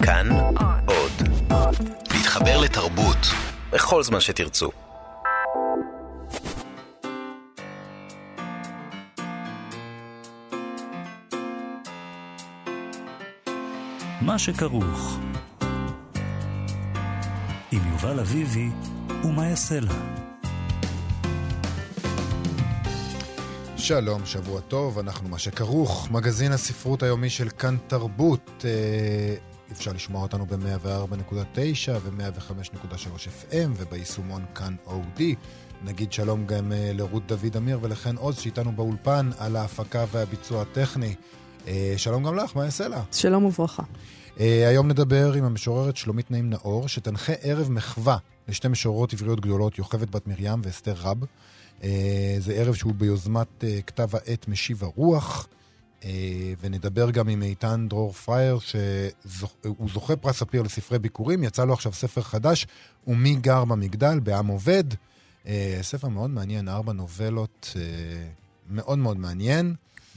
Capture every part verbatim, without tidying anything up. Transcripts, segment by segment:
כאן עוד. להתחבר לתרבות בכל זמן שתרצו. מה שכרוך עם יובל אביבי ומה יעשה לה. שלום, שבוע טוב, אנחנו מה שכרוך, מגזין הספרות היומי של כאן תרבות. אפשר לשמוע אותנו ב-מאה וארבע נקודה תשע ו-מאה וחמש נקודה שלוש אף אם וביישומון כאן אודי. נגיד שלום גם לרות דוד אמיר ולכן עוז שאיתנו באולפן על ההפקה והביצוע הטכני. שלום גם לך, מה יעשה לה? שלום וברכה. היום נדבר עם המשוררת שלומית נעים נאור, שתנחה ערב מחווה לשתי משוררות עבריות גדולות, יוכבד בת מרים ואסתר רב. זה ערב שהוא ביוזמת כתב העת משיב הרוח, ונדבר גם עם איתן דרור פרייר, שהוא זוכה פרס ספיר לספרי ביקורים, יצא לו עכשיו ספר חדש, ומי גר במגדל, בעם עובד. ספר מאוד מעניין, ארבע נובלות, מאוד מאוד מעניין.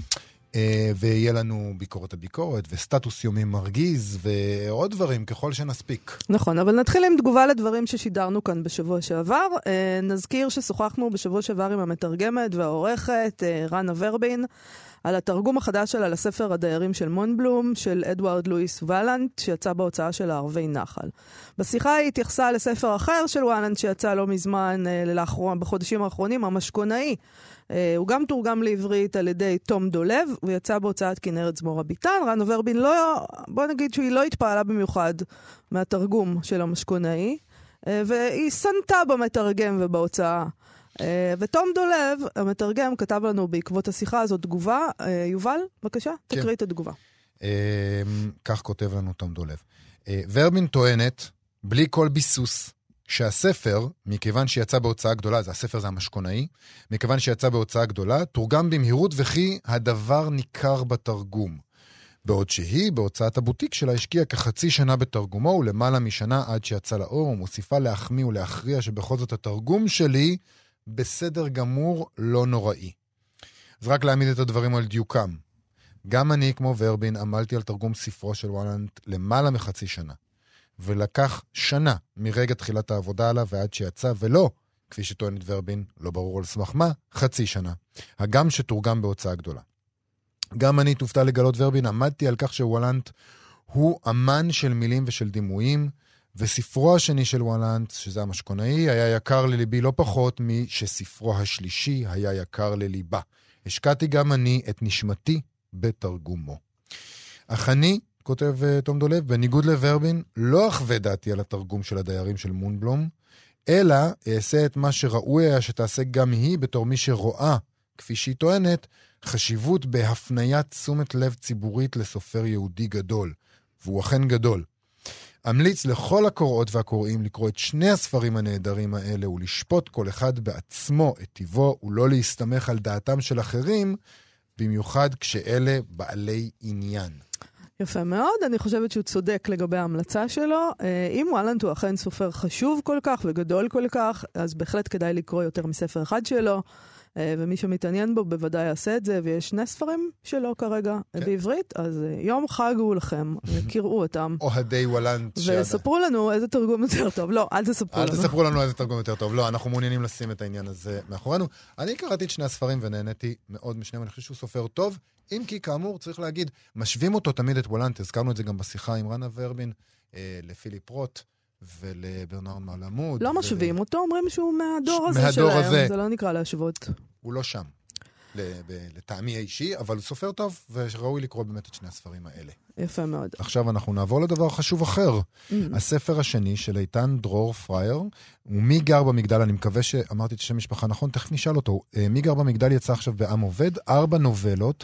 ויהיה לנו ביקורת הביקורת וסטטוס יומי מרגיז ועוד דברים ככל שנספיק. נכון, אבל נתחיל עם תגובה לדברים ששידרנו כאן בשבוע שעבר. נזכיר ששוחחנו בשבוע שעבר עם המתרגמת והעורכת רנה ורבין על התרגום החדש שלה לספר הדיירים של מונבלום של אדוארד לואיס וואלנט שיצא בהוצאה של הערבי נחל. בשיחה היא התייחסה לספר אחר של וואלנט שיצא לא מזמן לאחרונה, בחודשים האחרונים, המשכונאי. Uh, הוא גם תורגם לעברית על ידי תום דולב, הוא יצא בהוצאת כנרת זמורה ביטן. רנה ורבין לא, בוא נגיד שהיא לא התפעלה במיוחד מהתרגום של המשכונאי, uh, והיא סנטה במתרגם ובהוצאה. Uh, ותום דולב, המתרגם, כתב לנו בעקבות השיחה הזאת תגובה. Uh, יובל, בבקשה, כן. תקריא את התגובה. Uh, כך כותב לנו תום דולב. Uh, ורבין טוענת, בלי כל ביסוס, שהספר, מכיוון שיצא בהוצאה גדולה, זה הספר זה המשכונאי, מכיוון שיצא בהוצאה גדולה, תורגם במהירות וכי הדבר ניכר בתרגום. בעוד שהיא, בהוצאת הבוטיק שלה, השקיעה כחצי שנה בתרגומו, ולמעלה משנה עד שיצא לאור, ומוסיפה להחמיא ולהכריע שבכל זאת התרגום שלי בסדר גמור לא נוראי. אז רק להעמיד את הדברים על דיוקם. גם אני, כמו ורבין, עמלתי על תרגום ספרו של וואלנט למעלה מחצי שנה. ולקח שנה מרגע תחילת העבודה עליו ועד שיצא, ולא, כפי שטוענת ורבין, לא ברור על סמך מה, חצי שנה. הגם שתורגם בהוצאה גדולה. גם אני תופתע לגלות ורבין, עמדתי על כך שוואלנט הוא אמן של מילים ושל דימויים, וספרו השני של וואלנט, שזה המשכונאי, היה יקר לליבי לא פחות משספרו השלישי היה יקר לליבה. השקעתי גם אני את נשמתי בתרגומו. אך אני, כותב תום דולב, בניגוד לוורבין, לא אחווה דעתי על התרגום של הדיירים של מונבלום, אלא אעשה את מה שראוי היה שתעשה גם היא בתור מי שרואה, כפי שהיא טוענת, חשיבות בהפניית תשומת לב ציבורית לסופר יהודי גדול, והוא אכן גדול. אמליץ לכל הקוראות והקוראים לקרוא את שני הספרים הנהדרים האלה ולשפוט כל אחד בעצמו את טבעו ולא להסתמך על דעתם של אחרים, במיוחד כשאלה בעלי עניין. יפה מאוד, אני חושבת שהוא צודק לגבי ההמלצה שלו. אם וואלנט הוא אכן סופר חשוב כל כך וגדול כל כך, אז בהחלט כדאי לקרוא יותר מספר אחד שלו, ומי שמתעניין בו בוודאי יעשה את זה, ויש שני ספרים שלו כרגע כן. בעברית, אז יום חג הוא לכם, וקראו אותם. אוהדי וואלנט. וספרו לנו איזה תרגום יותר טוב. לא, אל תספרו אל לנו. אל תספרו לנו איזה תרגום יותר טוב. לא, אנחנו מעוניינים לשים את העניין הזה מאחורינו. אני קראתי את שני הספרים ונהניתי מאוד משניהם, אני חושב שהוא סופר טוב, אם כי כאמור צריך להגיד, משווים אותו תמיד את וואלנט, הזכרנו את זה גם בשיחה עם רנה ורבין, אה, לפיליפ רוט ולברנרד מעלמוד. לא משווים ול... אותו, אומרים שהוא מהדור הזה שלהם, הזה. זה לא נקרא להשוות. הוא לא שם, לטעמי האישי, אבל הוא סופר טוב, וראוי לקרוא באמת את שני הספרים האלה. יפה מאוד. עכשיו אנחנו נעבור לדבר חשוב אחר. Mm-hmm. הספר השני של איתן דרור פרייר, ומי גר במגדל, אני מקווה שאמרתי את השם משפחה נכון, תכף נשאל אותו. מי גר במגדל יצא עכשיו בעם עובד, ארבע נובלות,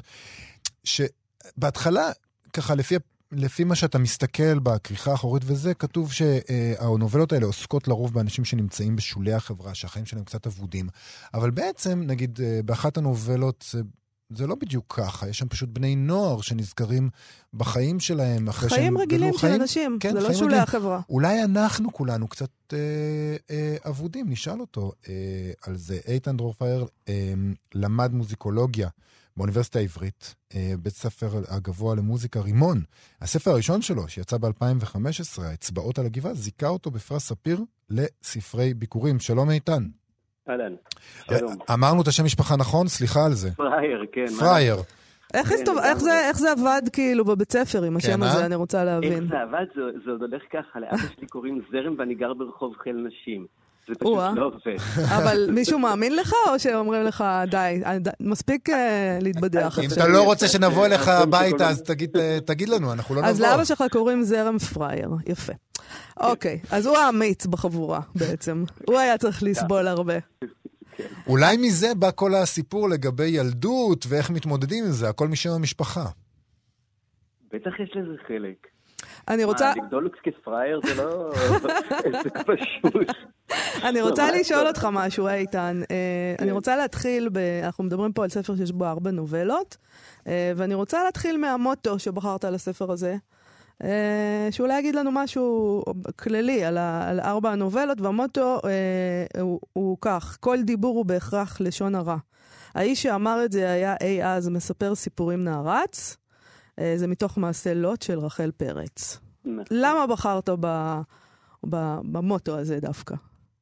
שבהתחלה, ככה לפי, לפי מה שאתה מסתכל בכריכה האחורית וזה, כתוב שהנובלות האלה עוסקות לרוב באנשים שנמצאים בשולי החברה, שהחיים שלהם קצת אבודים. אבל בעצם, נגיד, באחת הנובלות זה... זה לא בדיוק ככה, יש שם פשוט בני נוער שנזכרים בחיים שלהם. חיים רגילים של אנשים, כן, זה לא שולי החברה. אולי אנחנו כולנו קצת אה, אה, עבודים, נשאל אותו אה, על זה. איתן דרור פרייר אה, למד מוזיקולוגיה באוניברסיטה העברית, בית ספר הגבוה למוזיקה רימון. הספר הראשון שלו, שיצא ב-אלפיים וחמש עשרה, האצבעות על הגבעה, זיכה אותו בפרס ספיר לספרי ביקורים. שלום איתן. אהלן, שלום. אמרנו את השם משפחה נכון? סליחה על זה. פרייר, כן. פרייר. איך זה עבד כאילו בבית ספר עם השם הזה, אני רוצה להבין. איך זה עבד? זה עוד הולך ככה, לאבא שלי קוראים זרם ואני גר ברחוב חיל נשים. זה פשוט לא עובד. אבל מישהו מאמין לך או שאומרים לך די, מספיק להתבדח? אם אתה לא רוצה שנבוא אליך הביתה אז תגיד לנו, אנחנו לא נבוא. אז לאבא שלך קוראים זרם פרייר, יפה. אוקיי, אז הוא האמיץ בחבורה בעצם. הוא היה צריך לסבול הרבה. אולי מזה בא כל הסיפור לגבי ילדות ואיך מתמודדים עם זה, הכל משם המשפחה. בטח יש לזה חלק. אני רוצה... מה, לגדול כפרייר זה לא... זה פשוט. אני רוצה לשאול אותך משהו, איתן. אני רוצה להתחיל, אנחנו מדברים פה על ספר שיש בו ארבע נובלות, ואני רוצה להתחיל מהמוטו שבחרת על הספר הזה, שאולי יגיד לנו משהו כללי על, ה, על ארבע הנובלות, והמוטו אה, הוא, הוא כך, כל דיבור הוא בהכרח לשון הרע. האיש שאמר את זה היה אי אז מספר סיפורים נערץ, אה, זה מתוך מעשה לוט של רחל פרץ. למה בחרת ב, ב, במוטו הזה דווקא?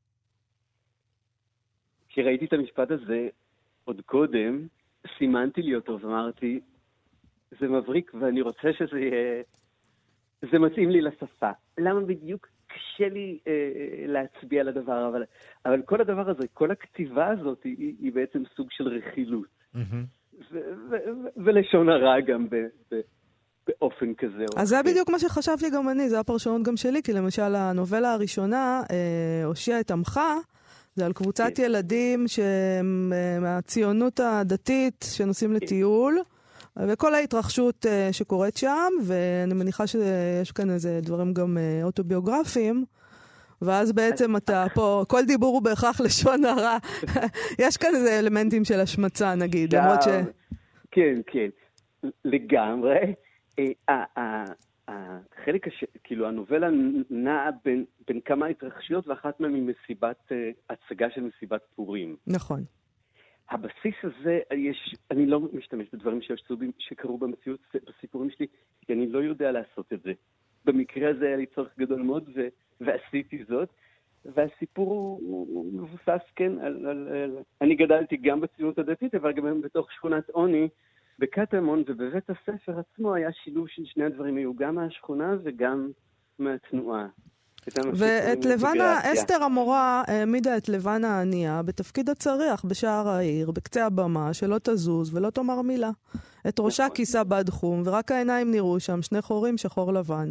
כשראיתי את המשפט הזה עוד קודם, סימנתי לי אותו ואמרתי, זה מבריק ואני רוצה שזה יהיה... זה מתאים לי לשפה. למה בדיוק קשה לי אה, להצביע על הדבר, אבל, אבל כל הדבר הזה, כל הכתיבה הזאת היא, היא בעצם סוג של רכילות. Mm-hmm. ו- ו- ו- ולשון הרע גם ב- ב- באופן כזה. אז זה בדיוק מה שחשבתי גם אני, זה הפרשנות גם שלי, כי למשל הנובלה הראשונה, אה, הושיע את עמך, זה על קבוצת כן. ילדים מהציונות הדתית שנוסעים לטיול, וכל ההתרחשות uh, שקורית שם, ואני מניחה שיש כאן איזה דברים גם uh, אוטוביוגרפיים, ואז בעצם אתה פה, כל דיבור הוא בהכרח לשון הרע. יש כאן איזה אלמנטים של השמצה, נגיד, למרות ש... כן, כן, לגמרי. החלק, כאילו, הנובלה נעה בין, בין כמה התרחשויות, ואחת מהן היא מסיבת, הצגה של מסיבת פורים. נכון. הבסיס הזה, יש, אני לא משתמש בדברים שקרו במציאות בסיפורים שלי, כי אני לא יודע לעשות את זה. במקרה הזה היה לי צורך גדול מאוד, ו, ועשיתי זאת. והסיפור הוא, הוא מבוסס, כן, על, על, על... אני גדלתי גם בציונות הדתית, אבל גם בתוך שכונת עוני, בקטמון, ובבית הספר עצמו היה שילוב של שני הדברים, היו גם מהשכונה וגם מהתנועה. ואת לבנה, אסתר המורה העמידה את לבנה הענייה בתפקיד הצריח בשער העיר, בקצה הבמה, שלא תזוז ולא תאמר מילה. את ראשה כיסה בד חום, ורק העיניים נראו שם, שני חורים שחור לבן.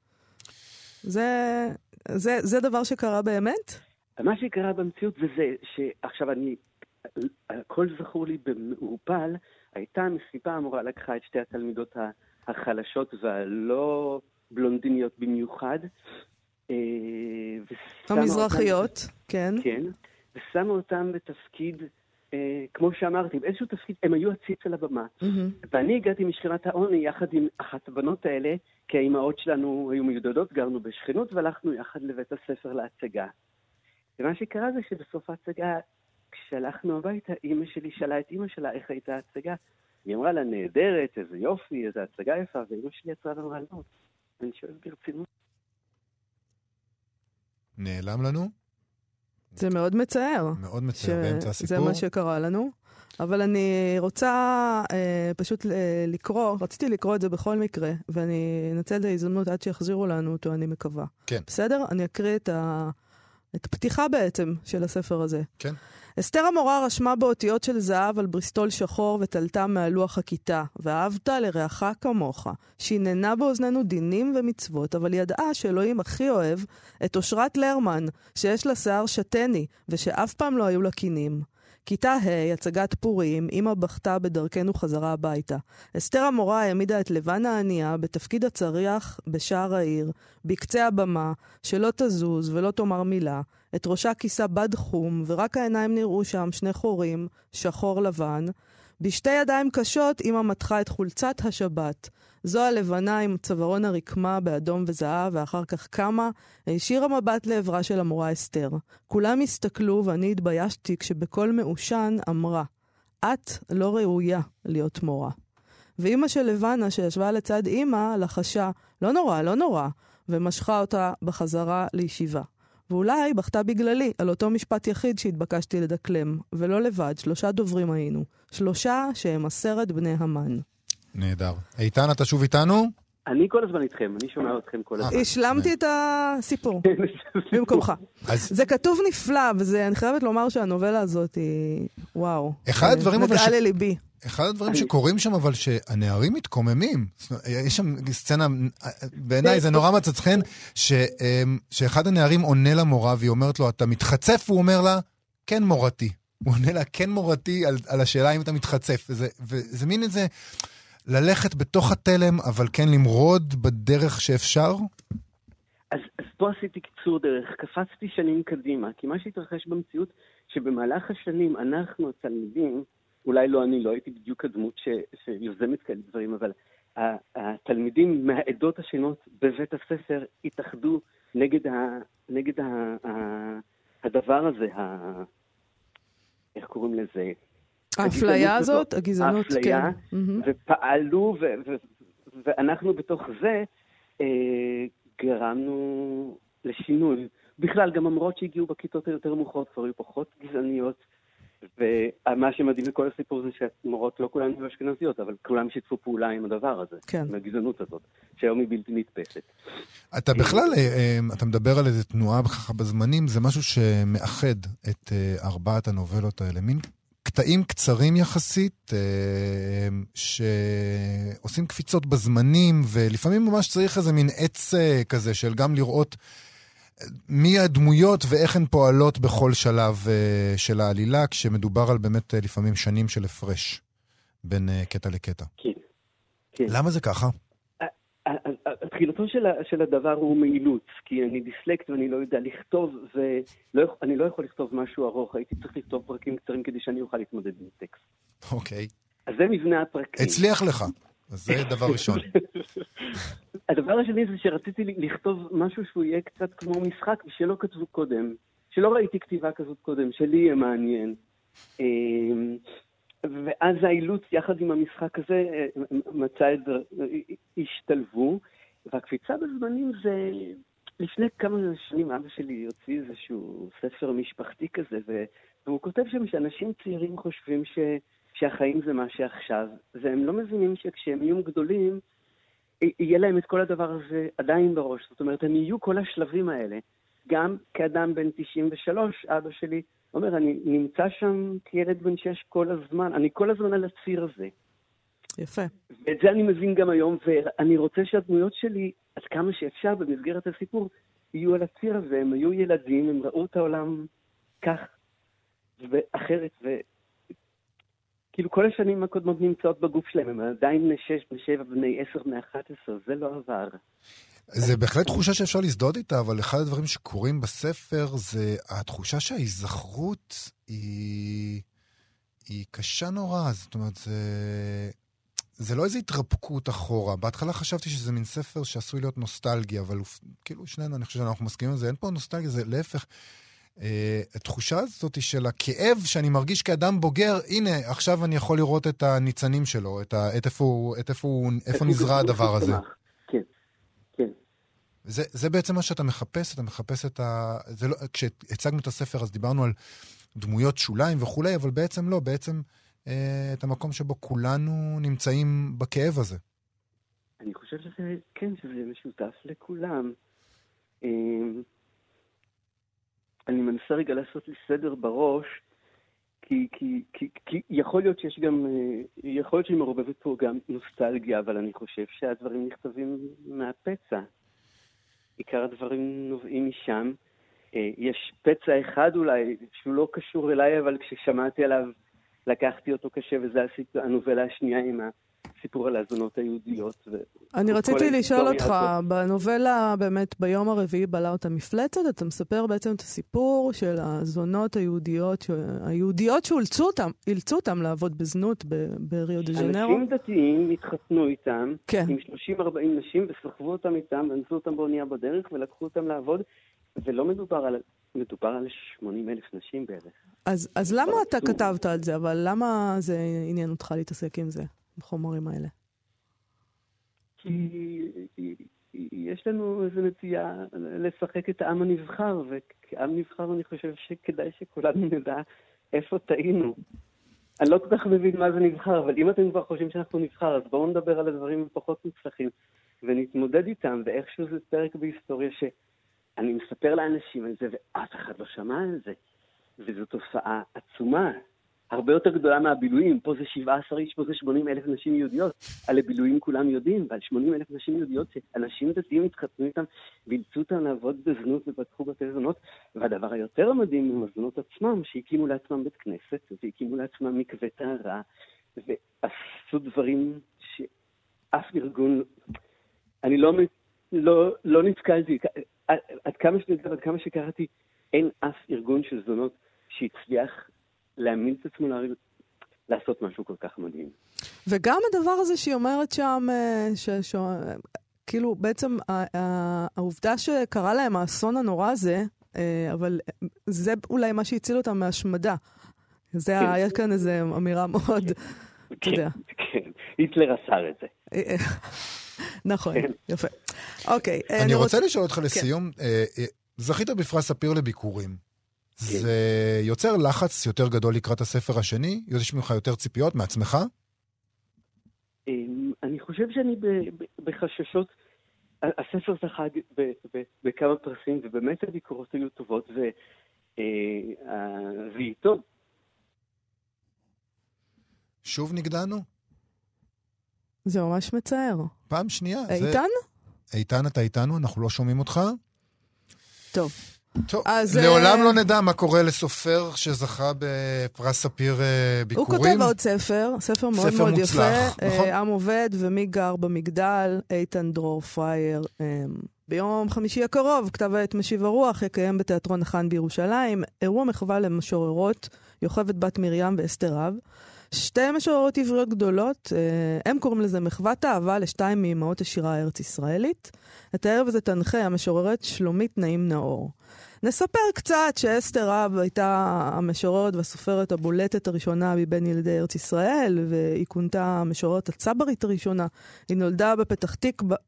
זה, זה, זה דבר שקרה באמת? מה שקרה במציאות זה זה, שעכשיו אני, הכל זכור לי במעופל, הייתה מסיבה המורה לקחה את שתי התלמידות החלשות והלא בלונדיניות במיוחד, המזרחיות, כן. כן, ושמו אותם בתפקיד, כמו שאמרתי, באיזשהו תפקיד, הם היו הציץ על הבמה. ואני הגעתי משכונת העוני יחד עם אחת הבנות האלה, כי האימהות שלנו היו מיודדות, גרנו בשכנות, והלכנו יחד לבית הספר להצגה. ומה שקרה זה שבסוף ההצגה, כשהלכנו הביתה, אמא שלי שאלה את אמא שלה איך הייתה ההצגה. היא אמרה לה, נהדרת, איזה יופי, איזה הצגה יפה, ואמא שלי יצרה ואמרה, לא, אני שואל ברצינות. נעלם לנו? זה מאוד מצער. מאוד מצער באמצע הסיפור. זה מה שקרה לנו. אבל אני רוצה אה, פשוט לקרוא, רציתי לקרוא את זה בכל מקרה, ואני אנצל את ההזדמנות עד שיחזירו לנו אותו, אני מקווה. כן. בסדר? אני אקריא את, ה... את הפתיחה בעצם של הספר הזה. כן. אסתר המורה רשמה באותיות של זהב על בריסטול שחור ותלתה מהלוח הכיתה, ואהבת לרעך כמוך, שיננה באוזנינו דינים ומצוות, אבל ידעה שאלוהים הכי אוהב את אושרת לרמן, שיש לה שיער שתני, ושאף פעם לא היו לה קינים. כיתה ה', הצגת פורים, אמא בכתה בדרכנו חזרה הביתה. אסתר המורה העמידה את לבנה הענייה בתפקיד הצריח בשער העיר, בקצה הבמה, שלא תזוז ולא תאמר מילה, את ראשה כיסה בד חום, ורק העיניים נראו שם שני חורים, שחור לבן. בשתי ידיים קשות אמא מתחה את חולצת השבת. זו הלבנה עם צווארון הרקמה באדום וזהב, ואחר כך קמה, הישירה מבט לעברה של המורה אסתר. כולם הסתכלו ואני התביישתי כשבקול מאושן אמרה, את לא ראויה להיות מורה. ואמא של לבנה שישבה לצד אמא לחשה, לא נורא, לא נורא, ומשכה אותה בחזרה לישיבה. ואולי בכתה בגללי על אותו משפט יחיד שהתבקשתי לדקלם, ולא לבד, שלושה דוברים היינו. שלושה שהם עשרת בני המן. נהדר. איתן, אתה שוב איתנו? אני כל הזמן איתכם, אני שומע אתכם כל הזמן. השלמתי את הסיפור, במקומך. זה כתוב נפלא, ואני חייבת לומר שהנובלה הזאת היא, וואו, נגעה לליבי. אחד הדברים שקורים שם, אבל שהנערים מתקוממים. יש שם סצנה, בעיניי זה נורא מצצחן, שאחד הנערים עונה למורה, והיא אומרת לו, אתה מתחצף? הוא אומר לה, כן מורתי. הוא עונה לה, כן מורתי, על השאלה אם אתה מתחצף. וזה מין איזה... ללכת בתוך התלם, אבל כן למרוד בדרך שאפשר? אז, אז פה עשיתי קיצור דרך, קפצתי שנים קדימה, כי מה שהתרחש במציאות, שבמהלך השנים אנחנו התלמידים, אולי לא אני, לא הייתי בדיוק הדמות ש, שיוזמת כאלה דברים, אבל התלמידים מהעדות השונות בבית הספר התאחדו נגד, ה, נגד ה, ה, הדבר הזה, ה, איך קוראים לזה? האפליה הזאת, הגזענות, האפליה, כן. ופעלו, ו- ו- ואנחנו בתוך זה אה, גרמנו לשינוי. בכלל, גם המורות שהגיעו בכיתות היותר מאוחרות כבר היו פחות גזעניות, ומה שמדהים בכל הסיפור זה שהמורות לא כולן היו אשכנזיות, אבל כולם שיתפו פעולה עם הדבר הזה, כן. עם הגזענות הזאת, שהיום היא בלתי נתפסת. אתה בכלל, אתה מדבר על איזה תנועה בככה בזמנים, זה משהו שמאחד את ארבעת הנובלות האלה, מין קטעים קצרים יחסית, שעושים קפיצות בזמנים, ולפעמים ממש צריך איזה מין עץ כזה, של גם לראות מי הדמויות ואיך הן פועלות בכל שלב של העלילה, כשמדובר על באמת לפעמים שנים של הפרש בין קטע לקטע. כן, כן. למה זה ככה? התחילתו של הדבר הוא מאילוץ, כי אני דיסלקט ואני לא יודע לכתוב, ואני לא יכול לכתוב משהו ארוך, הייתי צריך לכתוב פרקים קצרים כדי שאני אוכל להתמודד עם טקסט. אוקיי. אז זה מבנה הפרקים. הצליח לך, אז זה דבר ראשון. הדבר השני זה שרציתי לכתוב משהו שהוא יהיה קצת כמו משחק, ושלא כתבו קודם, שלא ראיתי כתיבה כזאת קודם, שלי יהיה מעניין. ואז האילוץ יחד עם המשחק הזה מצא את השתלבו, והקפיצה בזמנים זה לפני כמה שנים אבא שלי הוציא איזשהו ספר משפחתי כזה, והוא כותב שם שאנשים צעירים חושבים ש, שהחיים זה מה שעכשיו, והם לא מבינים שכשהם יהיו גדולים, יהיה להם את כל הדבר הזה עדיין בראש. זאת אומרת, הם יהיו כל השלבים האלה. גם כאדם בן תשעים ושלוש, אבא שלי אומר, אני נמצא שם כילד בן שש כל הזמן, אני כל הזמן על הציר הזה. יפה. ואת זה אני מבין גם היום, ואני רוצה שהדמויות שלי, עד כמה שאפשר במסגרת הסיפור, יהיו על הציר הזה, הם היו ילדים, הם ראו את העולם כך ואחרת, וכאילו כל השנים הקודמות נמצאות בגוף שלהם, הם עדיין בני שש, בני שבע, בני עשר, בני אחת עשרה, זה לא עבר. זה בהחלט תחושה שאפשר להזדהות איתה, אבל אחד הדברים שקורים בספר זה התחושה שההיזכרות היא, היא קשה נורא. זאת אומרת, זה, זה לא איזו התרפקות אחורה. בהתחלה חשבתי שזה מין ספר שעשוי להיות נוסטלגיה, אבל כאילו שנינו, אני חושב שאנחנו מסכימים על זה, אין פה נוסטלגיה, זה להפך. התחושה הזאת של הכאב שאני מרגיש כאדם בוגר, הנה, עכשיו אני יכול לראות את הניצנים שלו, את, ה, את איפה, את איפה, איפה נזרע הדבר הזה. כן. כן. זה, זה בעצם מה שאתה מחפש, אתה מחפש את ה... זה לא, כשהצגנו את הספר אז דיברנו על דמויות שוליים וכולי, אבל בעצם לא, בעצם אה, את המקום שבו כולנו נמצאים בכאב הזה. אני חושב שזה, כן, שזה משותף לכולם. אה, אני מנסה רגע לעשות לי סדר בראש, כי, כי, כי, כי יכול להיות שיש גם, יכול להיות שהיא מרובבת פה גם נוסטלגיה, אבל אני חושב שהדברים נכתבים מהפצע. עיקר הדברים נובעים משם. יש פצע אחד אולי, שהוא לא קשור אליי, אבל כששמעתי עליו, לקחתי אותו קשה, וזה הנובלה השנייה עם הסיפור על הזונות היהודיות. אני רציתי לשאול אותך, בנובלה באמת ביום הרביעי בלה אותה מפלצת, אתה מספר בעצם את הסיפור של הזונות היהודיות, היהודיות שאולצו אותם, אילצו אותם לעבוד בזנות בריו דה ז'נרו. אנשים דתיים התחתנו איתם, כן. עם שלושים ארבעים נשים, וסחבו אותם איתם, ואנסו אותם באונייה בדרך, ולקחו אותם לעבוד, ולא מדובר על, מדובר על שמונים אלף נשים בערך. אז, אז למה אתה כתבת על זה? אבל למה זה עניין אותך להתעסק עם זה, בחומרים האלה? כי יש לנו איזו נטייה לשחק את העם הנבחר, וכעם נבחר אני חושב שכדאי שכולנו נדע איפה טעינו. אני לא כל כך מבין מה זה נבחר, אבל אם אתם כבר חושבים שאנחנו נבחר, אז בואו נדבר על הדברים הפחות מוצלחים, ונתמודד איתם, ואיכשהו זה פרק בהיסטוריה שאני מספר לאנשים על זה, ואף אחד לא שמע על זה. וזו תופעה עצומה, הרבה יותר גדולה מהבילויים. פה זה שבעה עשר איש, פה זה שמונים אלף נשים יהודיות. על הבילויים כולם יודעים, ועל שמונים אלף נשים יהודיות שאנשים דתיים התחתנו איתם, ואילצו אותם לעבוד בזנות ופתחו בתי זונות. והדבר היותר מדהים עם הזונות עצמם, שהקימו לעצמם בית כנסת, והקימו לעצמם מקווה טהרה, ועשו דברים שאף ארגון, אני לא, לא, לא נתקלתי, עד כמה שנדע, עד כמה שקראתי, אין אף ארגון של זונות שהצליח להאמין את עצמו לעשות משהו כל כך מדהים. וגם הדבר הזה שהיא אומרת שם, ש, ש, כאילו בעצם העובדה שקרה להם האסון הנורא הזה, אבל זה אולי מה שהציל אותם מהשמדה. זה כן. היה כאן איזו אמירה מאוד, אתה יודע. כן, היטלר אסר את זה. נכון, יפה. אוקיי. אני רוצה לשאול אותך לסיום, זכית בפרס ספיר לביקורים. זה יוצר לחץ יותר גדול לקראת הספר השני? יש ממך יותר ציפיות מעצמך? אני חושב שאני בחששות. הספר זכה בכמה פרסים, ובאמת הביקורות היו טובות, ואיתו. שוב נגדנו? זה ממש מצער. פעם שנייה. איתן? איתן, אתה איתנו? אנחנו לא שומעים אותך? טוב. טוב, לעולם לא נדע מה קורה לסופר שזכה בפרס ספיר ביקורים. הוא כותב עוד ספר, ספר מאוד מאוד יפה, עם עובד ומי גר במגדל, איתן דרור פרייר. ביום חמישי הקרוב, כתב העת משיב הרוח יקיים בתיאטרון החאן בירושלים, אירוע מחווה למשוררות, יוכבד בת מרים ואסתר רב. שתי משוררות עבריות גדולות, הם קוראים לזה מחוות אהבה לשתיים מאמהות השירה הארץ ישראלית. את הערב הזה תנחה המשוררת שלומית נעים נאור. נספר קצת שאסתר רב הייתה המשוררת והסופרת הבולטת הראשונה מבין ילדי ארץ ישראל, והיא כונתה המשוררת הצברית הראשונה. היא נולדה בפתח תקווה,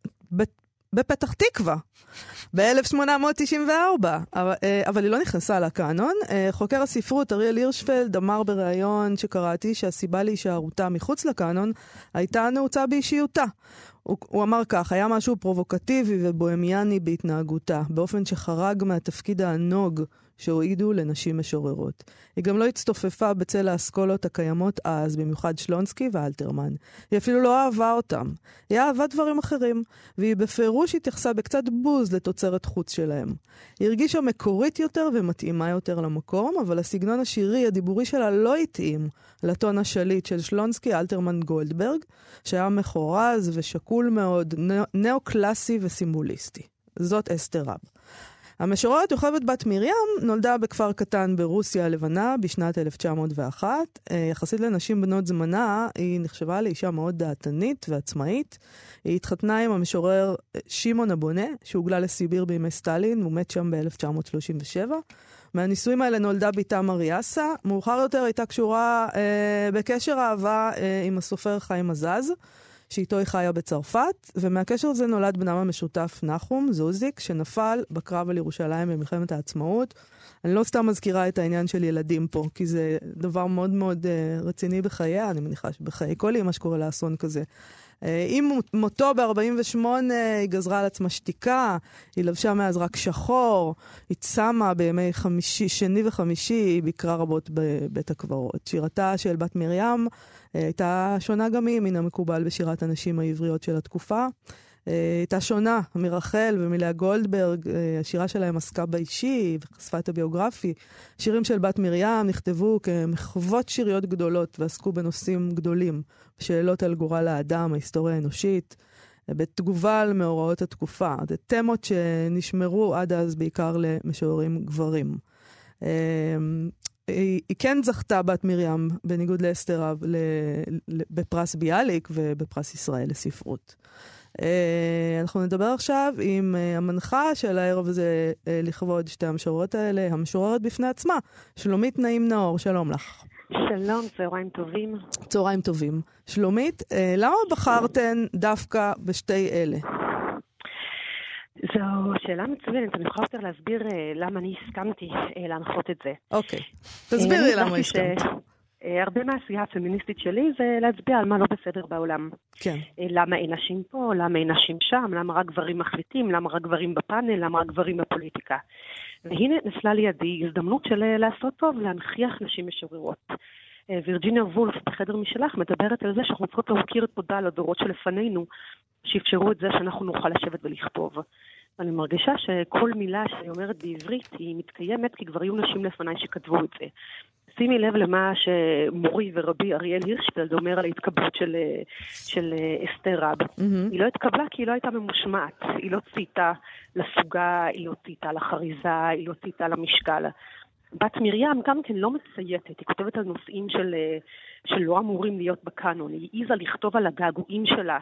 בפתח תקווה, ב-אלף שמונה מאות תשעים וארבע, אבל, אבל היא לא נכנסה לקאנון. חוקר הספרות אריאל הירשפלד אמר בראיון שקראתי שהסיבה להישארותה מחוץ לקאנון הייתה נעוצה באישיותה. הוא, הוא אמר כך, היה משהו פרובוקטיבי ובוהמיאני בהתנהגותה, באופן שחרג מהתפקיד הענוג שהועידו לנשים משוררות. היא גם לא הצטופפה בצל האסכולות הקיימות אז, במיוחד שלונסקי ואלתרמן. היא אפילו לא אהבה אותם. היא אהבה דברים אחרים, והיא בפירוש התייחסה בקצת בוז לתוצרת חוץ שלהם. היא הרגישה מקורית יותר ומתאימה יותר למקום, אבל הסגנון השירי, הדיבורי שלה לא התאים לטון השליט של שלונסקי, אלתרמן, גולדברג, שהיה מחורז ושקול מאוד, נאו-קלאסי וסימבוליסטי. זאת אסתר רב. המשוררת יוכבד בת מרים נולדה בכפר קטן ברוסיה הלבנה בשנת אלף תשע מאות ואחת. יחסית לנשים בנות זמנה, היא נחשבה לאישה מאוד דעתנית ועצמאית. היא התחתנה עם המשורר שמעון הבונה, שהוגלה לסיביר בימי סטלין, הוא מת שם ב-אלף תשע מאות שלושים ושבע. מהנישואים האלה נולדה ביתה מריאסה. מאוחר יותר הייתה קשורה אה, בקשר אהבה אה, עם הסופר חיים עזז, שאיתו היא חיה בצרפת, ומהקשר הזה נולד בנם המשותף נחום זוזיק, שנפל בקרב על ירושלים במלחמת העצמאות. אני לא סתם מזכירה את העניין של ילדים פה, כי זה דבר מאוד מאוד uh, רציני בחייה, אני מניחה שבחיי כל אימא שקורה לאסון כזה. Uh, עם מותו ב-ארבעים ושמונה היא גזרה על עצמה שתיקה, היא לבשה מאז רק שחור, היא צמה בימי חמישי, שני וחמישי, היא ביקרה רבות בבית הקברות. שירתה של בת מרים הייתה שונה גם היא מן המקובל בשירת הנשים העבריות של התקופה. הייתה שונה מרחל ומלאה גולדברג, השירה שלהם עסקה באישי וחשפה את הביוגרפי. שירים של בת מרים נכתבו כמחוות שיריות גדולות ועסקו בנושאים גדולים, בשאלות על גורל האדם, ההיסטוריה האנושית, בתגובה על מאורעות התקופה. זה תמות שנשמרו עד אז בעיקר למשוררים גברים. היא, היא כן זכתה בת מרים, בניגוד לאסתר רב, בפרס ביאליק ובפרס ישראל לספרות. אנחנו נדבר עכשיו עם המנחה של הערב הזה לכבוד שתי המשוררות האלה, המשוררת בפני עצמה, שלומית נעים נאור, שלום לך. שלום, צהריים טובים. צהריים טובים. שלומית, למה בחרתן דווקא בשתי אלה? זו שאלה מצוינת, אני יכולה יותר להסביר למה אני הסכמתי להנחות את זה. אוקיי, תסבירי למה הסכמת. הרבה מהעשייה הפמיניסטית שלי זה להצביע על מה לא בסדר בעולם. כן. למה אין נשים פה, למה אין נשים שם, למה רק גברים מחליטים, למה רק גברים בפאנל, למה רק גברים בפוליטיקה. והנה נפלה לידי הזדמנות של לעשות טוב, להנכיח נשים משוררות. וירג'יניה וולף בחדר משלך מדברת על זה שאנחנו צריכות להוקיר תודה לדורות שלפנינו, שאפשרו את זה שאנחנו נוכל לשבת ולכתוב. ואני מרגישה שכל מילה שאני אומרת בעברית היא מתקיימת, כי כבר היו נשים לפניי שכתבו את זה. שימי לב למה שמורי ורבי אריאל הירשפלד אומר על ההתקבלות של, של אסתר רב. Mm-hmm. היא לא התקבלה כי היא לא הייתה ממושמעת. היא לא צייתה לסוגה, היא לא צייתה לחריזה, היא לא צייתה למשקל. בת מרים גם כן לא מצייתת. היא כותבת על נושאים של, שלא אמורים להיות בקאנון. היא העיזה לכתוב על הגעגועים שלה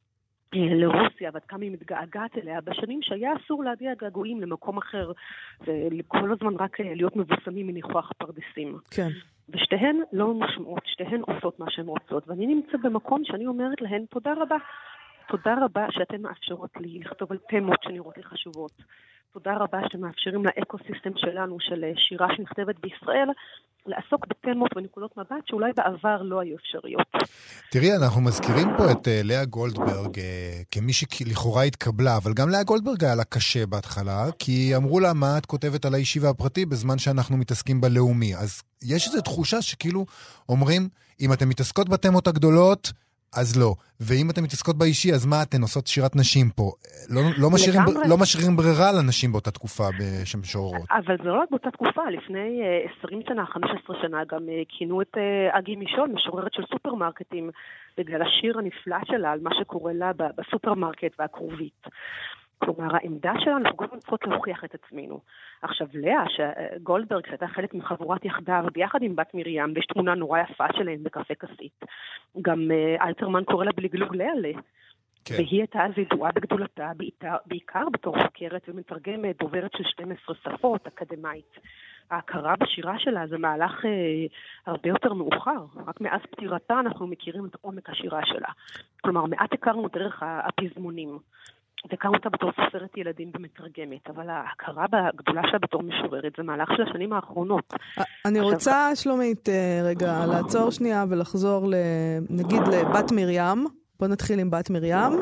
לרוסיה, ועד כמה היא מתגעגעת אליה, בשנים שהיה אסור להביע געגועים למקום אחר, וכל הזמן רק להיות מבוסמים מניחוח פרדסים. כן. ושתיהן לא משמעות, שתיהן עושות מה שהן רוצות, ואני נמצאת במקום שאני אומרת להן, תודה רבה. תודה רבה שאתן מאפשרות לי לכתוב על תמות שנראות לי חשובות. תודה רבה שאתם מאפשרים לאקוסיסטם שלנו, של שירה שנכתבת בישראל, לעסוק בתמות ונקודות מבט שאולי בעבר לא היו אפשריות. תראי, אנחנו מזכירים פה את uh, לאה גולדברג uh, כמי שלכאורה התקבלה, אבל גם לאה גולדברג היה לה קשה בהתחלה, כי אמרו לה מה את כותבת על האישי והפרטי בזמן שאנחנו מתעסקים בלאומי. אז יש איזו תחושה שכאילו אומרים, אם אתם מתעסקות בתמות הגדולות, אז לא. ואם אתם מתעסקות באישי, אז מה אתן עושות שירת נשים פה? לא, לא, משאירים, לא משאירים ברירה לנשים באותה תקופה בשמשוררות. אבל זה לא רק באותה תקופה. לפני עשרים שנה, חמש עשרה שנה, גם כינו את אגי מישון, משוררת של סופרמרקטים, בגלל השיר הנפלא שלה על מה שקורה לה בסופרמרקט והקרובית. כלומר, העמדה שלנו, אנחנו גם צריכות להוכיח את עצמנו. עכשיו, לאה, שגולדברג, שהייתה חלק מחבורת יחדיו, ביחד עם בת מרים, ויש תמונה נורא יפה שלהם בקפה כסית. גם אלתרמן קורא לה בלגלוג לאלה. כן. והיא הייתה אז ידועה בגדולתה, בעיקר בתור חוקרת ומתרגמת, דוברת של שתים עשרה שפות, אקדמית. ההכרה בשירה שלה זה מהלך אה, הרבה יותר מאוחר. רק מאז פטירתה אנחנו מכירים את עומק השירה שלה. כלומר, מעט הכרנו דרך הפזמונים. וכאן אותה בתור סופרת ילדים ומתרגמת, אבל ההכרה בגדולה שלה בתור משוררת זה מהלך של השנים האחרונות. אני רוצה, שלומית, רגע, לעצור שנייה ולחזור, נגיד, לבת מרים. בוא נתחיל עם בת מרים.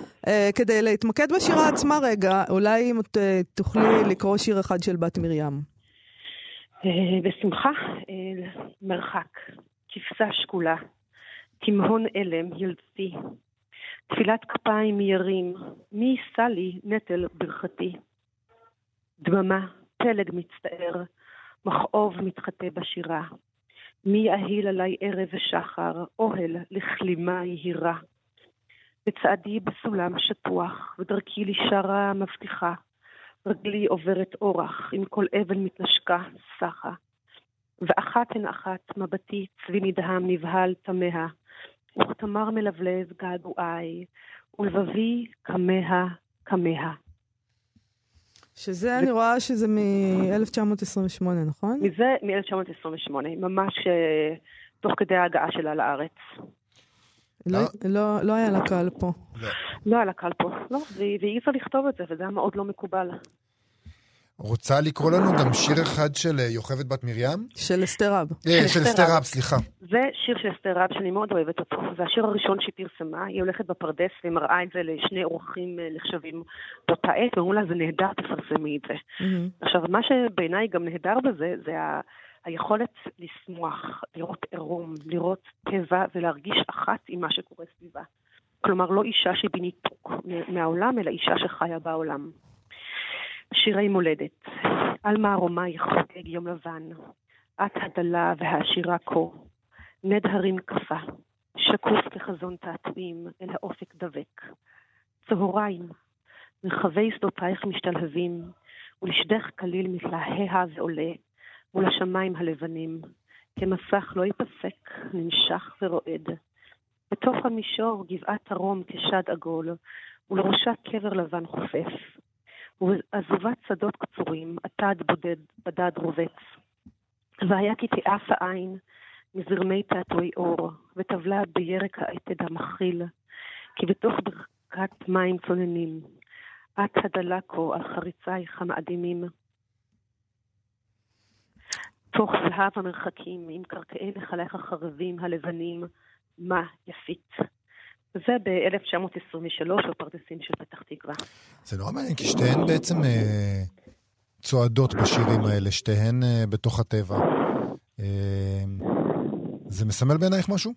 כדי להתמקד בשירה עצמה רגע, אולי אם תוכלי לקרוא שיר אחד של בת מרים. בשמחה, מרחק, כבשה שקולה, תמהון אלם, ילצי, תפילת כפיים מירים, מי יישא לי נטל ברכתי? דממה, פלג מצטער, מכאוב מתחטא בשירה. מי יאהיל עליי ערב ושחר, אוהל לכלימה יהירה. בצעדי בסולם שטוח, ודרכי לי שרה מבטיחה. רגלי עוברת אורח, עם כל אבן מתנשקה, סחה. ואחת הן אחת, מבטי צבי נדהם נבהל תמה. וכתמר מלבלב געגועי, ולבבי כמה כמה. שזה, ו... אני רואה שזה מ-אלף תשע מאות עשרים ושמונה, נכון? מזה מ-אלף תשע מאות עשרים ושמונה, ממש תוך כדי ההגעה שלה לארץ. לא, לא, לא היה לה קל פה. לא, לא היה לה קל פה, לא, והיא העיזה לכתוב את זה, וזה היה מאוד לא מקובל. רוצה לקרוא לנו גם שיר אחד של יוכבד בת מרים? של אסתר רב. של אסתר רב, סליחה. זה שיר של אסתר רב שאני מאוד אוהבת אותו. זה השיר הראשון שהיא פרסמה. היא הולכת בפרדס ומראה את זה לשני אורחים נחשבים באותה עת, ואומרו לה, זה נהדר, תפרסמי את זה. עכשיו, מה שבעיניי גם נהדר בזה, זה היכולת לשמוח, לראות עירום, לראות טבע ולהרגיש אחת עם מה שקורה סביבה. כלומר, לא אישה שהיא בניתוק מהעולם, אלא אישה שחיה בעולם. שירי מולדת, על מערומי חוגג יום לבן, את הדלה והעשירה כה, נד הרים קפה, שקוף כחזון תעתועים אל האופק דבק. צהריים, מרחבי שדותייך משתלהבים, ולשדך כליל מתלהה ועולה, מול השמיים הלבנים, כמסך לא ייפסק, נמשך ורועד. בתוך המישור גבעת הרום כשד עגול, ולראשה קבר לבן חופף. ועזובת שדות קצורים, עתד בודד, בדד רובץ. והיה כי תיאף העין, מזרמי תעתועי אור, וטבלה בירק העתד המכיל, כי בתוך ברכת מים צוננים, את הדלקו על חריצייך המאדימים. תוך זהב המרחקים, עם קרקעי נחלך החרבים הלבנים, מה יפית. זה ב-אלף תשע מאות עשרים ושלוש בפרדסים של פתח תקווה. זה נורא מעניין, כי שתיהן בעצם אה, צועדות בשירים האלה, שתיהן אה, בתוך הטבע. אה, זה מסמל בעינייך משהו?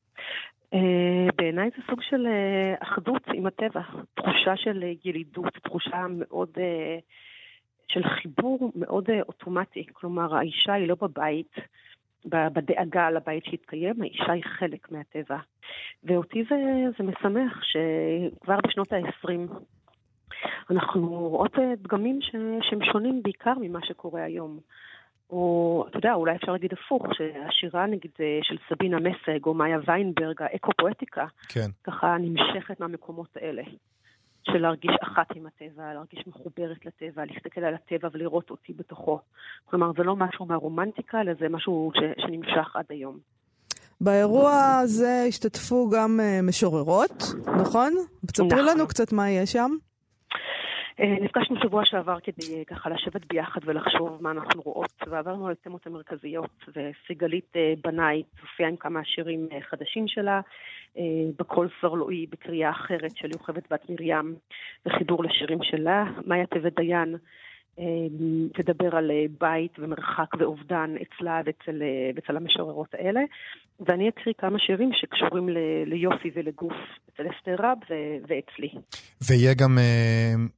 אה, בעיניי זה סוג של אה, אחדות עם הטבע, תחושה של אה, ילידות, תחושה מאוד... אה, של חיבור מאוד אה, אוטומטי. כלומר, האישה היא לא בבית, בדאגה על הבית שהתקיים, האישה היא חלק מהטבע. ואותי זה, זה משמח שכבר בשנות ה-עשרים אנחנו רואות דגמים ש, שהם שונים בעיקר ממה שקורה היום. או, אתה יודע, אולי אפשר להגיד הפוך, שהשירה נגיד של סבינה מסג או מאיה ויינברג, האקו-פואטיקה, כן. ככה נמשכת מהמקומות האלה. של להרגיש אחת עם הטבע, להרגיש מחוברת לטבע, להסתכל על הטבע ולראות אותי בתוכו. כלומר, זה לא משהו מהרומנטיקה, אלא זה משהו ש- שנמשך עד היום. באירוע הזה השתתפו גם uh, משוררות, נכון? תספרי נכון. לנו קצת מה יש שם. Uh, נפגשנו שבוע שעבר כדי uh, ככה לשבת ביחד ולחשוב מה אנחנו רואות, ועברנו על התמות המרכזיות, וסיגלית uh, בנאי צופייה עם כמה שירים uh, חדשים שלה, uh, בקול סרלואי בקריאה אחרת של יוכבד בת מרים, וחיבור לשירים שלה. מאיה טבת דיין uh, תדבר על uh, בית ומרחק ואובדן אצלה ואצל, uh, ואצל המשוררות האלה, ואני אקריא כמה שירים שקשורים ל- ליופי ולגוף אצל אסתר רב ו- ואצלי. ויהיה גם... Uh...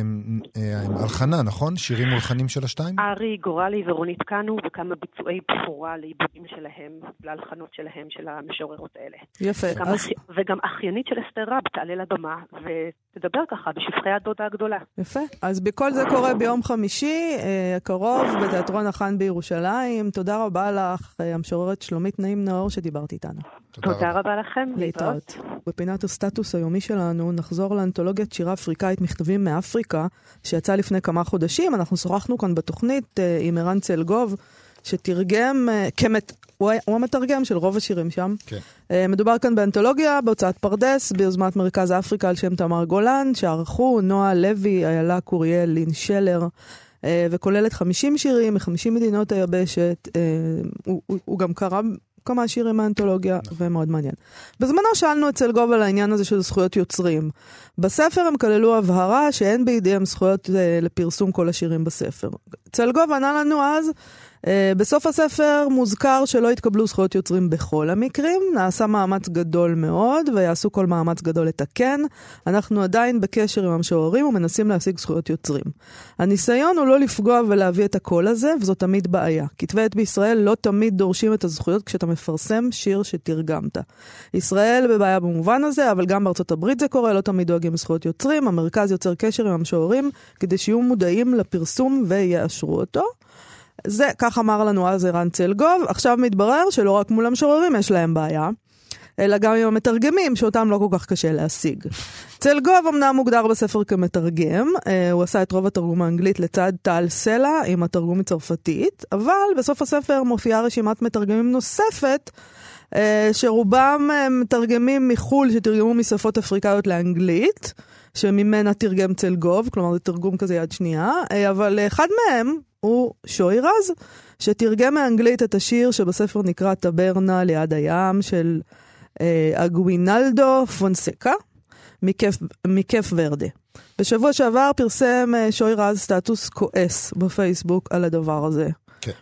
הלחנה, נכון? שירים מולחנים של השתיים? ארי, גורלי ורונית קנו, וכמה ביצועי בחורה לעיבודים שלהם, להלחנות שלהם, של המשוררות האלה. יפה. וגם, אז... אח... וגם אחיינית של אסתר רב תעלה לבמה, ותדבר ככה בשפחי הדודה הגדולה. יפה. אז בכל זה קורה ביום חמישי, הקרוב, בתיאטרון החאן בירושלים. תודה רבה לך, המשוררת שלומית נעים נאור, שדיברת איתנו. תודה, תודה רבה. רבה לכם. להתראות. בפינת הסטטוס היומי שלנו נחזור לאנתולוגיית שירה אפריקאית מכתבים מאפריקה, שיצא לפני כמה חודשים. אנחנו שוחחנו כאן בתוכנית עם ערן צלגוב, שתרגם, כמת, הוא, הוא המתרגם של רוב השירים שם. כן. מדובר כאן באנתולוגיה, בהוצאת פרדס, ביוזמת מרכז אפריקה על שם תמר גולן, שערכו נועה לוי, איילה קוריאל, לין שלר, וכוללת חמישים שירים מ-חמישים מדינות היבשת. הוא, הוא, הוא גם קרא כמה שירים מהאנתולוגיה, ומאוד מעניין. בזמנו שאלנו את צלגוב על העניין הזה של זכויות יוצרים. בספר הם כללו הבהרה שאין בידיהם זכויות אה, לפרסום כל השירים בספר. צלגוב ענה לנו אז, אה, בסוף הספר מוזכר שלא התקבלו זכויות יוצרים בכל המקרים, נעשה מאמץ גדול מאוד, ויעשו כל מאמץ גדול לתקן. אנחנו עדיין בקשר עם המשוררים ומנסים להשיג זכויות יוצרים. הניסיון הוא לא לפגוע ולהביא את הקול הזה, וזאת תמיד בעיה. כתבי עת בישראל לא תמיד דורשים את הזכויות כשאתה מפרסם שיר שתרגמת. ישראל בבעיה במובן הזה, אבל גם בארצות הברית זה קורה, לא תמיד דואגים זכויות יוצרים. המרכז יוצר קשר עם המשוררים כדי שיהיו מודעים לפרסום ויאשרו אותו. זה, כך אמר לנו אז ערן צלגוב. עכשיו מתברר שלא רק מול המשוררים יש להם בעיה, אלא גם עם המתרגמים, שאותם לא כל כך קשה להשיג. צלגוב אמנם מוגדר בספר כמתרגם, הוא עשה את רוב התרגום האנגלית לצד טל סלע עם התרגום מצרפתית, אבל בסוף הספר מופיעה רשימת מתרגמים נוספת, שרובם מתרגמים מחול שתרגמו משפות אפריקאיות לאנגלית, שממנה תרגם צלגוב, כלומר זה תרגום כזה יד שנייה, אבל אחד מהם הוא שוי רז, שתרגם מאנגלית את השיר שבספר נקרא טברנה ליד הים של אגווינלדו פונסקה, מכיף, מכיף ורדה. בשבוע שעבר פרסם שוי רז סטטוס כועס בפייסבוק על הדבר הזה. כן.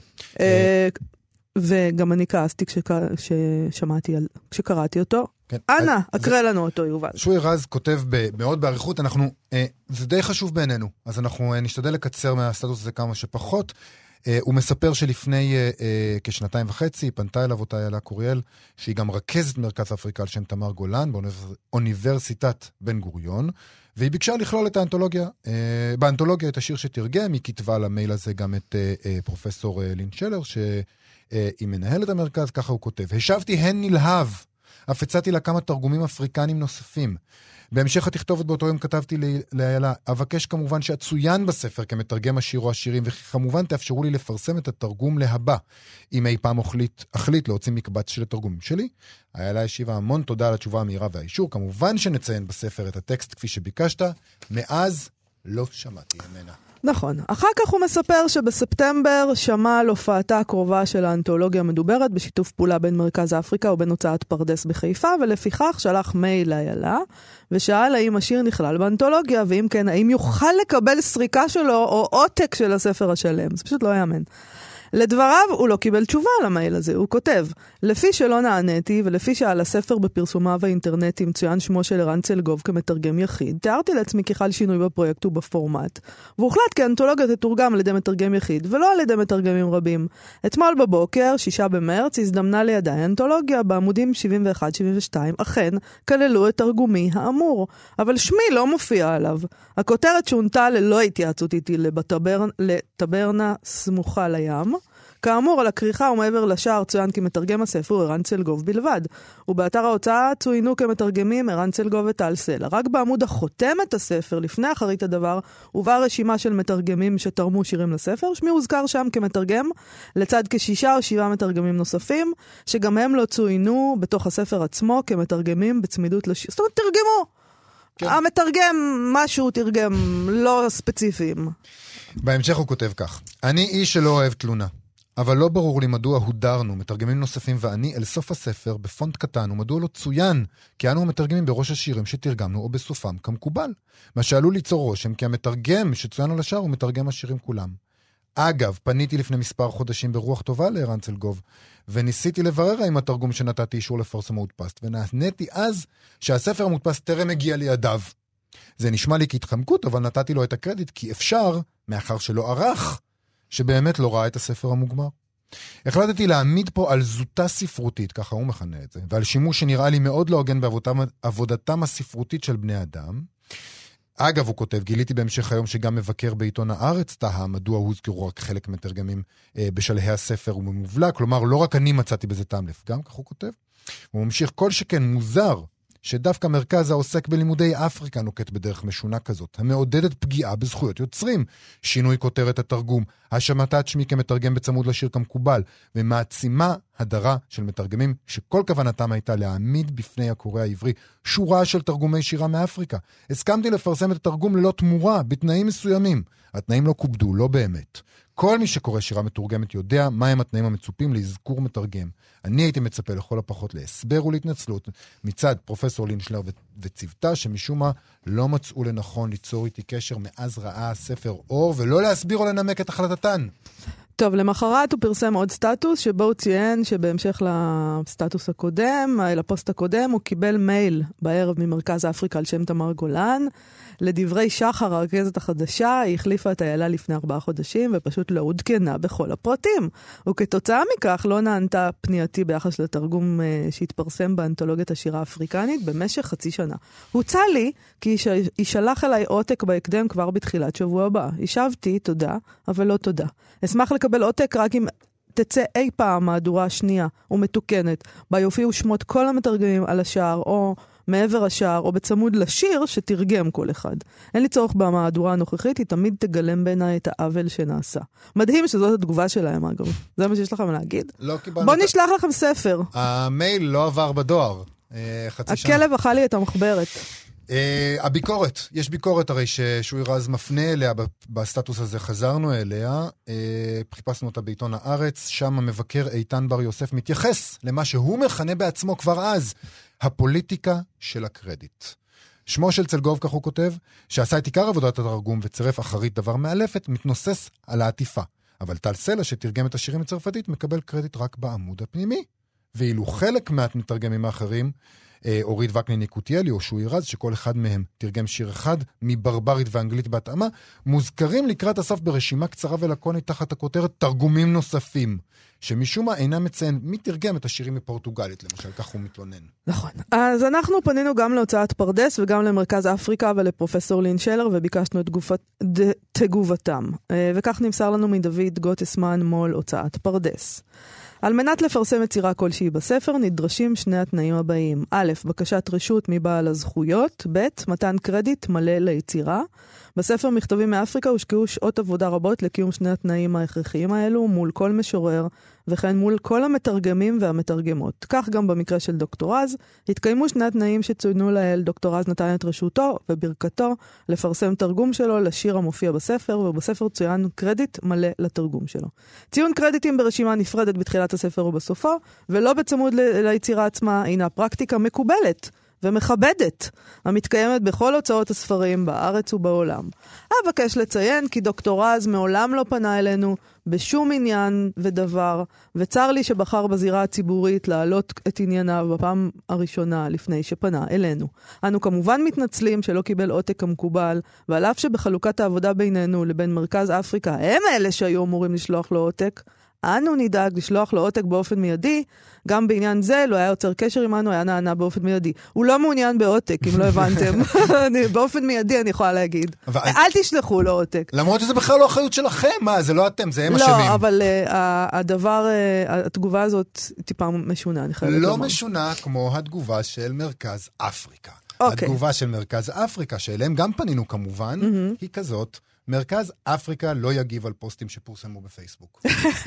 וגם אני כעסתי כששמעתי, כשקראתי אותו. אנא, אקרא לנו אותו, יובל. שוי רז כותב מאוד בעריכות, אנחנו, זה די חשוב בעינינו, אז אנחנו נשתדל לקצר מהסטטוס הזה כמה שפחות. הוא מספר שלפני כשנתיים וחצי פנתה אליו אותה איילה קוריאל, שהיא גם רכזת מרכז אפריקה על שם תמר גולן באוניברסיטת בן גוריון, והיא ביקשה לכלול את האנתולוגיה, באנתולוגיה את השיר שתרגם. היא כתבה למייל הזה גם את פרופסור לין שלר, שהיא מנהלת המרכז, ככה הוא כותב. השבתי הן נלהב אף הצעתי לה כמה תרגומים אפריקנים נוספים. בהמשך התכתובת באותו יום כתבתי לאיילה, אבקש כמובן שאצוין בספר כמתרגם השיר או השירים, וכמובן תאפשרו לי לפרסם את התרגום להבא. אם אי פעם אחליט, אחליט להוציא מקבץ של התרגומים שלי. איילה השיבה המון תודה על התשובה המהירה והאישור. כמובן שנציין בספר את הטקסט כפי שביקשת. מאז לא שמעתי ממנה. נכון. אחר כך הוא מספר שבספטמבר שמע על הופעתה הקרובה של האנתולוגיה המדוברת בשיתוף פעולה בין מרכז אפריקה ובין הוצאת פרדס בחיפה, ולפיכך שלח מייל לאיילה ושאל האם השיר נכלל באנתולוגיה, ואם כן, האם יוכל לקבל סריקה שלו או עותק של הספר השלם. זה פשוט לא יאמן. לדבריו הוא לא קיבל תשובה על המייל הזה, הוא כותב, לפי שלא נעניתי ולפי שעל הספר בפרסומיו האינטרנטי מצוין שמו של ערן צלגוב כמתרגם יחיד, תיארתי לעצמי כי חל שינוי בפרויקט ובפורמט, והוחלט כי האנתולוגיה תתורגם על ידי מתרגם יחיד ולא על ידי מתרגמים רבים. אתמול בבוקר, שישה במרץ, הזדמנה לידי האנתולוגיה בעמודים שבעים ואחת שבעים ושתיים, אכן כללו את תרגומי האמור, אבל שמי לא מופיע עליו. הכותרת שונתה ללא התייעצות איתי לטברנה סמוכה לים. כאמור, על הכריכה ומעבר לשער צוין כי מתרגם הספר ערן צלגוב בלבד, ובאתר ההוצאה צוינו כמתרגמים ערן צלגוב וטל סלע. רק בעמוד החותם את הספר, לפני אחרית הדבר, הובאה רשימה של מתרגמים שתרמו שירים לספר, שמי הוזכר שם כמתרגם, לצד כשישה או שבעה מתרגמים נוספים, שגם הם לא צוינו בתוך הספר עצמו כמתרגמים בצמידות לשיר. זאת אומרת, תרגמו! כן. המתרגם משהו תרגם לא ספציפיים. בהמשך הוא כותב כך, אני איש שלא אוהב תלונה. אבל לא ברור לי מדוע הודרנו, מתרגמים נוספים ואני, אל סוף הספר בפונט קטן, ומדוע לא צוין, כי אנו המתרגמים בראש השירים שתרגמנו או בסופם כמקובל. מה שעלול ליצור רושם, כי המתרגם שצוין על השאר הוא מתרגם השירים כולם. אגב, פניתי לפני מספר חודשים ברוח טובה לערן צלגוב, וניסיתי לברר האם התרגום שנתתי אישור לפרסם מודפס, ונעניתי אז שהספר המודפס טרם הגיע לידיו. זה נשמע לי כהתחמקות, אבל נתתי לו את הקרדיט, כי אפשר, מאחר שלא ערך, שבאמת לא ראה את הספר המוגמר. החלטתי להעמיד פה על זוטה ספרותית, ככה הוא מכנה את זה, ועל שימוש שנראה לי מאוד לא הוגן בעבודתם הספרותית של בני אדם. אגב, הוא כותב, גיליתי בהמשך היום שגם מבקר בעיתון הארץ תהה, מדוע הוזכרו רק חלק מתרגמים אה, בשלהי הספר וממובלע, כלומר, לא רק אני מצאתי בזה טעם לפגם, כך הוא כותב. הוא ממשיך, כל שכן מוזר, שדווקא מרכז העוסק בלימודי אפריקה נוקט בדרך משונה כזאת, המעודדת פגיעה בזכויות יוצרים, שינוי כותרת התרגום, השמטת שמי כמתרגם בצמוד לשיר כמקובל, ומעצימה הדרה של מתרגמים שכל כוונתם הייתה להעמיד בפני הקורא העברי שורה של תרגומי שירה מאפריקה. הסכמתי לפרסם את התרגום ללא תמורה, בתנאים מסוימים. התנאים לא קובדו, לא באמת. כל מי שקורא שירה מתורגמת יודע מהם התנאים המצופים להזכור מתרגם. אני הייתי מצפה לכל הפחות להסבר ולהתנצלות מצד פרופסור לינשלר וצוותה, שמשום מה לא מצאו לנכון ליצור איתי קשר מאז ראה הספר אור, ולא להסביר או לנמק את החלטתן. טוב, למחרת הוא פרסם עוד סטטוס, שבו הוא ציין שבהמשך לסטטוס הקודם, לפוסט הקודם, הוא קיבל מייל בערב ממרכז אפריקה על שם תמר גולן. לדברי שחר, הרכזת החדשה, היא החליפה את איילה לפני ארבעה חודשים, ופשוט לא עודכנה בכל הפרטים. וכתוצאה מכך לא נענתה פנייתי ביחס לתרגום uh, שהתפרסם באנתולוגיית השירה האפריקנית במשך חצי שנה. הוצע לי כי ישלח אליי עותק בהקדם כבר בתחילת שבוע הבא. השבתי, תודה, אבל לא תודה. אשמח לקבל עותק רק אם תצא אי פעם מהדורה השנייה ומתוקנת, בה יופיעו שמות כל המתרגמים על השער או מעבר השער או בצמוד לשיר שתרגם כל אחד. אין לי צורך במהדורה הנוכחית, היא תמיד תגלם בעיניי את העוול שנעשה. מדהים שזאת התגובה שלהם, אגב. זה מה שיש לכם להגיד? לא קיבלנו. בוא נשלח לכם ספר. המייל לא עבר בדואר. הכלב אכל לי את המחברת. Uh, הביקורת, יש ביקורת הרי ששוי רז מפנה אליה, בסטטוס הזה חזרנו אליה, uh, חיפשנו אותה בעיתון הארץ, שם המבקר איתן בר יוסף מתייחס למה שהוא מכנה בעצמו כבר אז, הפוליטיקה של הקרדיט. שמו של צלגוב, כך הוא כותב, שעשה את עיקר עבודת התרגום וצירף אחרית דבר מאלפת, מתנוסס על העטיפה. אבל טל סלע שתרגם את השירים בצרפתית מקבל קרדיט רק בעמוד הפנימי. ואילו חלק מהמתרגמים האחרים, אורית וקנין יקותיאלי או שוי רז, שכל אחד מהם תרגם שיר אחד מברברית ואנגלית בהתאמה, מוזכרים לקראת הסוף ברשימה קצרה ולקונית תחת הכותרת תרגומים נוספים. שמשום מה אינה מציין מי תרגם את השירים מפורטוגלית, למשל, כך הוא מתלונן. נכון. אז אנחנו פנינו גם להוצאת פרדס וגם למרכז אפריקה ולפרופסור לין שלר, וביקשנו את גופת, ד, תגובתם. וכך נמסר לנו מדוד גוטסמן מול הוצאת פרדס. על מנת לפרסם יצירה כלשהי בספר, נדרשים שני התנאים הבאים. א', בקשת רשות מבעל הזכויות. ב', מתן קרדיט מלא ליצירה. בספר מכתבים מאפריקה הושקעו שעות עבודה רבות לקיום שני התנאים ההכרחיים האלו מול כל משורר, וכן מול כל המתרגמים והמתרגמות. כך גם במקרה של דוקטור רז, התקיימו שני התנאים שצוינו לאל. דוקטור רז נתן את רשותו וברכתו לפרסם תרגום שלו לשיר המופיע בספר, ובספר צוין קרדיט מלא לתרגום שלו. ציון קרדיטים ברשימה נפרדת בתחילת הספר ובסופו, ולא בצמוד ל- ליצירה עצמה, הינה פרקטיקה מקובלת ומכבדת, המתקיימת בכל הוצאות הספרים בארץ ובעולם. אבקש לציין כי דוקטור רז מעולם לא פנה אלינו בשום עניין ודבר, וצר לי שבחר בזירה הציבורית להעלות את ענייניו בפעם הראשונה לפני שפנה אלינו. אנו כמובן מתנצלים שלא קיבל עותק המקובל, ועל אף שבחלוקת העבודה בינינו לבין מרכז אפריקה הם אלה שהיו אמורים לשלוח לו עותק, אנו נדאג לשלוח לו עותק באופן מיידי. גם בעניין זה לא היה יוצר קשר עמנו, היה נענה באופן מיידי. הוא לא מעוניין בעותק, אם לא הבנתם. באופן מיידי אני יכולה להגיד. אל תשלחו לו עותק. למרות שזה בכלל לא אחריות שלכם, מה? זה לא אתם, זה הם אשמים. לא, אבל הדבר, התגובה הזאת טיפה משונה, אני חייבת לומר. לא משונה כמו התגובה של מרכז אפריקה. התגובה של מרכז אפריקה, שאליהם גם פנינו כמובן, היא כזאת, מרכז אפריקה לא יגיב על פוסטים שפורסמו בפייסבוק.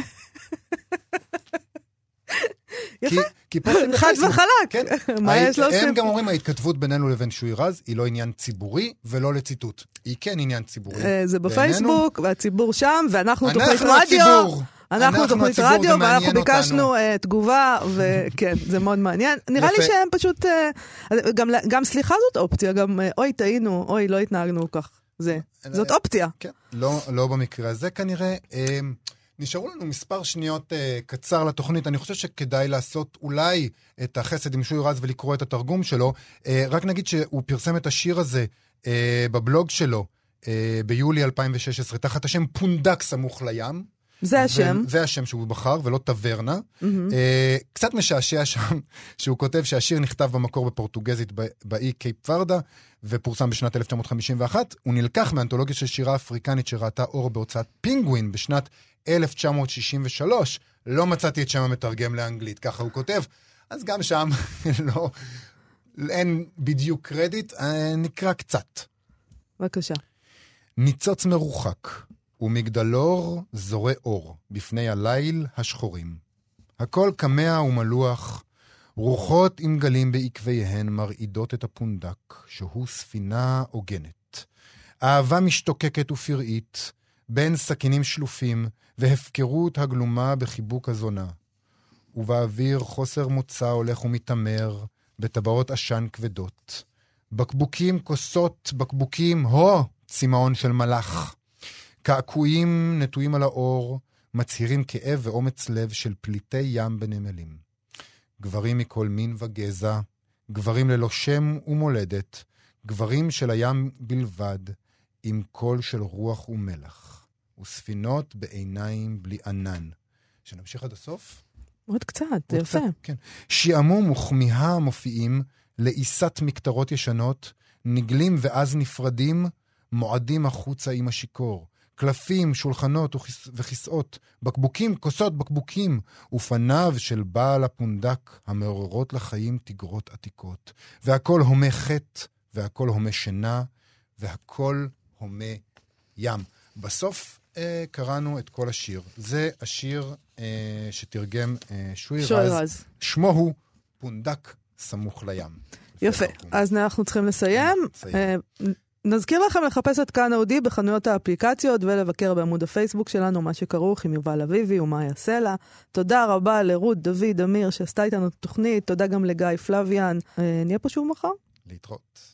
יפה. חד וחלק. מה יש לו הם גם אומרים, ההתכתבות בינינו לבין שוי רז היא לא עניין ציבורי ולא לציטוט. היא כן עניין ציבורי. זה בפייסבוק, והציבור שם, ואנחנו תוכנית רדיו. אנחנו תוכנית רדיו, ואנחנו ביקשנו תגובה, וכן, זה מאוד מעניין. נראה לי שהם פשוט, גם סליחה זאת אופציה, גם אוי טעינו, אוי לא התנהגנו כך. זה, זאת אופציה. כן, לא, לא במקרה הזה כנראה. נשארו לנו מספר שניות קצר לתוכנית. אני חושב שכדאי לעשות אולי את החסד עם שוי רז ולקרוא את התרגום שלו. רק נגיד שהוא פרסם את השיר הזה בבלוג שלו ביולי אלפיים ושש עשרה, תחת השם פונדק סמוך לים. זה השם. זה השם שהוא בחר, ולא טברנה. קצת משעשע שם, שהוא כותב שהשיר נכתב במקור בפורטוגזית באי קייפ ורדה, ופורסם בשנת אלף תשע מאות חמישים ואחת. הוא נלקח מאנתולוגיה של שירה אפריקנית שראתה אור בהוצאת פינגווין בשנת אלף תשע מאות שישים ושלוש. לא מצאתי את שם המתרגם לאנגלית, ככה הוא כותב. אז גם שם לא, אין בדיוק קרדיט, נקרא קצת. בבקשה. ניצוץ מרוחק. ומגדלור זורע אור בפני הליל השחורים. הכל קמע ומלוח, רוחות עם גלים בעקביהן מרעידות את הפונדק, שהוא ספינה עוגנת. אהבה משתוקקת ופראית, בין סכינים שלופים, והפקרות הגלומה בחיבוק הזונה. ובאוויר חוסר מוצא הולך ומתאמר, בטבעות עשן כבדות. בקבוקים, כוסות, בקבוקים, הו, צמאון של מלאך. קעקועים נטועים על האור, מצהירים כאב ואומץ לב של פליטי ים בנמלים. גברים מכל מין וגזע, גברים ללא שם ומולדת, גברים של הים בלבד, עם קול של רוח ומלח, וספינות בעיניים בלי ענן. שנמשיך עד הסוף? עוד קצת, זה יפה. כן. שיעמום וכמיהה מופיעים לעיסת מקטרות ישנות, נגלים ואז נפרדים, מועדים החוצה עם השיקור. קלפים, שולחנות וכיסאות, בקבוקים, כוסות, בקבוקים, ופניו של בעל הפונדק המעוררות לחיים תגרות עתיקות. והכל הומה חטא, והכל הומה שינה, והכל הומה ים. בסוף אה, קראנו את כל השיר. זה השיר אה, שתרגם אה, שוי, שוי רז. רז. שמו הוא פונדק סמוך לים. יפה, אז אנחנו צריכים לסיים. לסיים. אה, נזכיר לכם לחפש את כאן אודי בחנויות האפליקציות ולבקר בעמוד הפייסבוק שלנו, מה שכרוך עם יובל אביבי ומה יעשה לה. תודה רבה לרות, דוד, אמיר שעשתה איתנו את התוכנית. תודה גם לגיא פלוויאן. נהיה פה שוב מחר? להתראות.